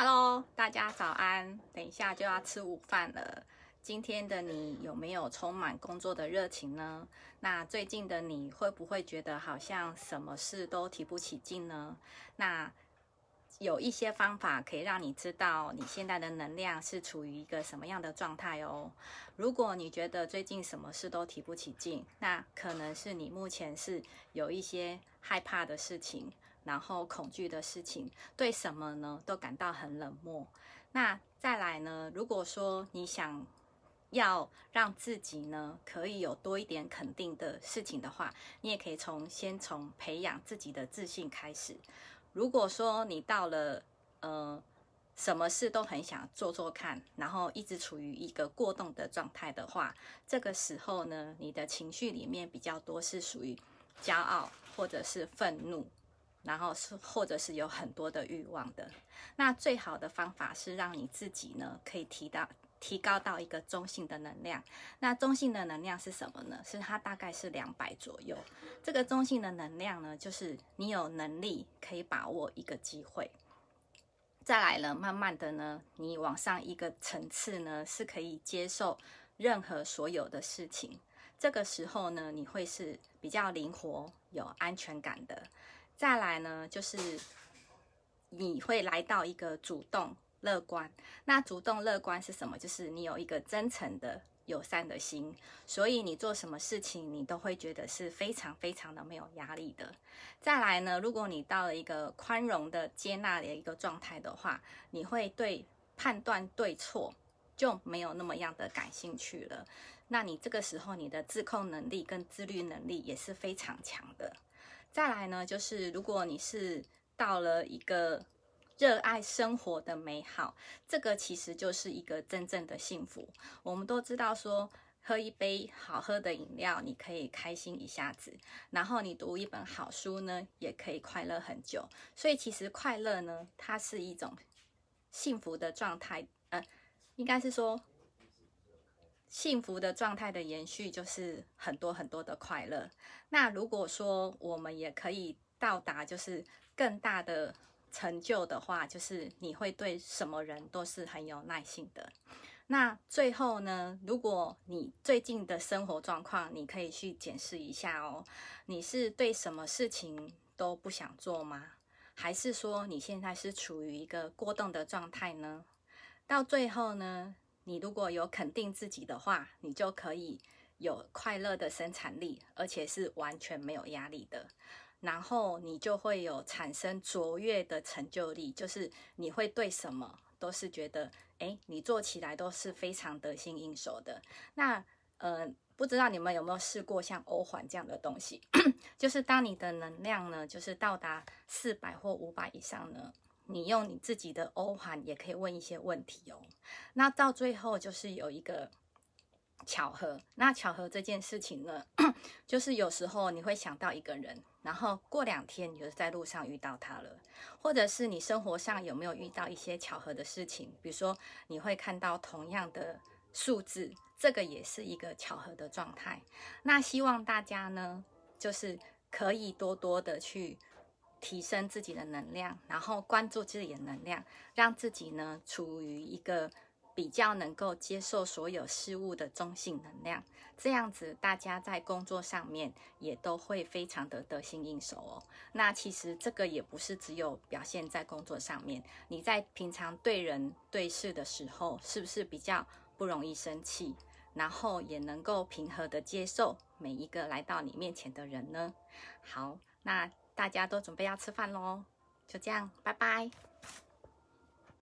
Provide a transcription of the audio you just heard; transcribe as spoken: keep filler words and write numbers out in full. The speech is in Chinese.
Hello， 大家早安！等一下就要吃午饭了。今天的你有没有充满工作的热情呢？那最近的你会不会觉得好像什么事都提不起劲呢？那有一些方法可以让你知道你现在的能量是处于一个什么样的状态哦。如果你觉得最近什么事都提不起劲，那可能是你目前是有一些害怕的事情，然后恐惧的事情，对什么呢都感到很冷漠。那再来呢，如果说你想要让自己呢可以有多一点肯定的事情的话，你也可以从先从培养自己的自信开始。如果说你到了呃什么事都很想做做看，然后一直处于一个过动的状态的话，这个时候呢，你的情绪里面比较多是属于骄傲或者是愤怒，然后是或者是有很多的欲望的。那最好的方法是让你自己呢可以提到提高到一个中性的能量。那中性的能量是什么呢？是它大概是两百左右。这个中性的能量呢，就是你有能力可以把握一个机会。再来了，慢慢的呢，你往上一个层次呢，是可以接受任何所有的事情。这个时候呢，你会是比较灵活、有安全感的。再来呢，就是你会来到一个主动乐观。那主动乐观是什么？就是你有一个真诚的友善的心，所以你做什么事情你都会觉得是非常非常的没有压力的。再来呢，如果你到了一个宽容的接纳的一个状态的话，你会对判断对错就没有那么样的感兴趣了。那你这个时候你的自控能力跟自律能力也是非常强的。再来呢，就是如果你是到了一个热爱生活的美好，这个其实就是一个真正的幸福。我们都知道说，喝一杯好喝的饮料，你可以开心一下子，然后你读一本好书呢，也可以快乐很久。所以其实快乐呢，它是一种幸福的状态，呃，应该是说幸福的状态的延续，就是很多很多的快乐。那如果说我们也可以到达就是更大的成就的话，就是你会对什么人都是很有耐性的。那最后呢，如果你最近的生活状况，你可以去检视一下哦，你是对什么事情都不想做吗？还是说你现在是处于一个过动的状态呢？到最后呢，你如果有肯定自己的话，你就可以有快乐的生产力，而且是完全没有压力的。然后你就会有产生卓越的成就力，就是你会对什么都是觉得，哎，你做起来都是非常得心应手的。那呃，不知道你们有没有试过像欧环这样的东西？就是当你的能量呢，就是到达四百或五百以上呢，你用你自己的欧环也可以问一些问题哦。那到最后就是有一个巧合，那巧合这件事情呢，就是有时候你会想到一个人，然后过两天你就在路上遇到他了，或者是你生活上有没有遇到一些巧合的事情，比如说你会看到同样的数字，这个也是一个巧合的状态。那希望大家呢，就是可以多多的去提升自己的能量，然后关注自己的能量，让自己呢处于一个比较能够接受所有事物的中性能量，这样子大家在工作上面也都会非常的得心应手哦。那其实这个也不是只有表现在工作上面，你在平常对人对事的时候，是不是比较不容易生气，然后也能够平和的接受每一个来到你面前的人呢？好，那大家都准备要吃饭咯，就这样，拜拜。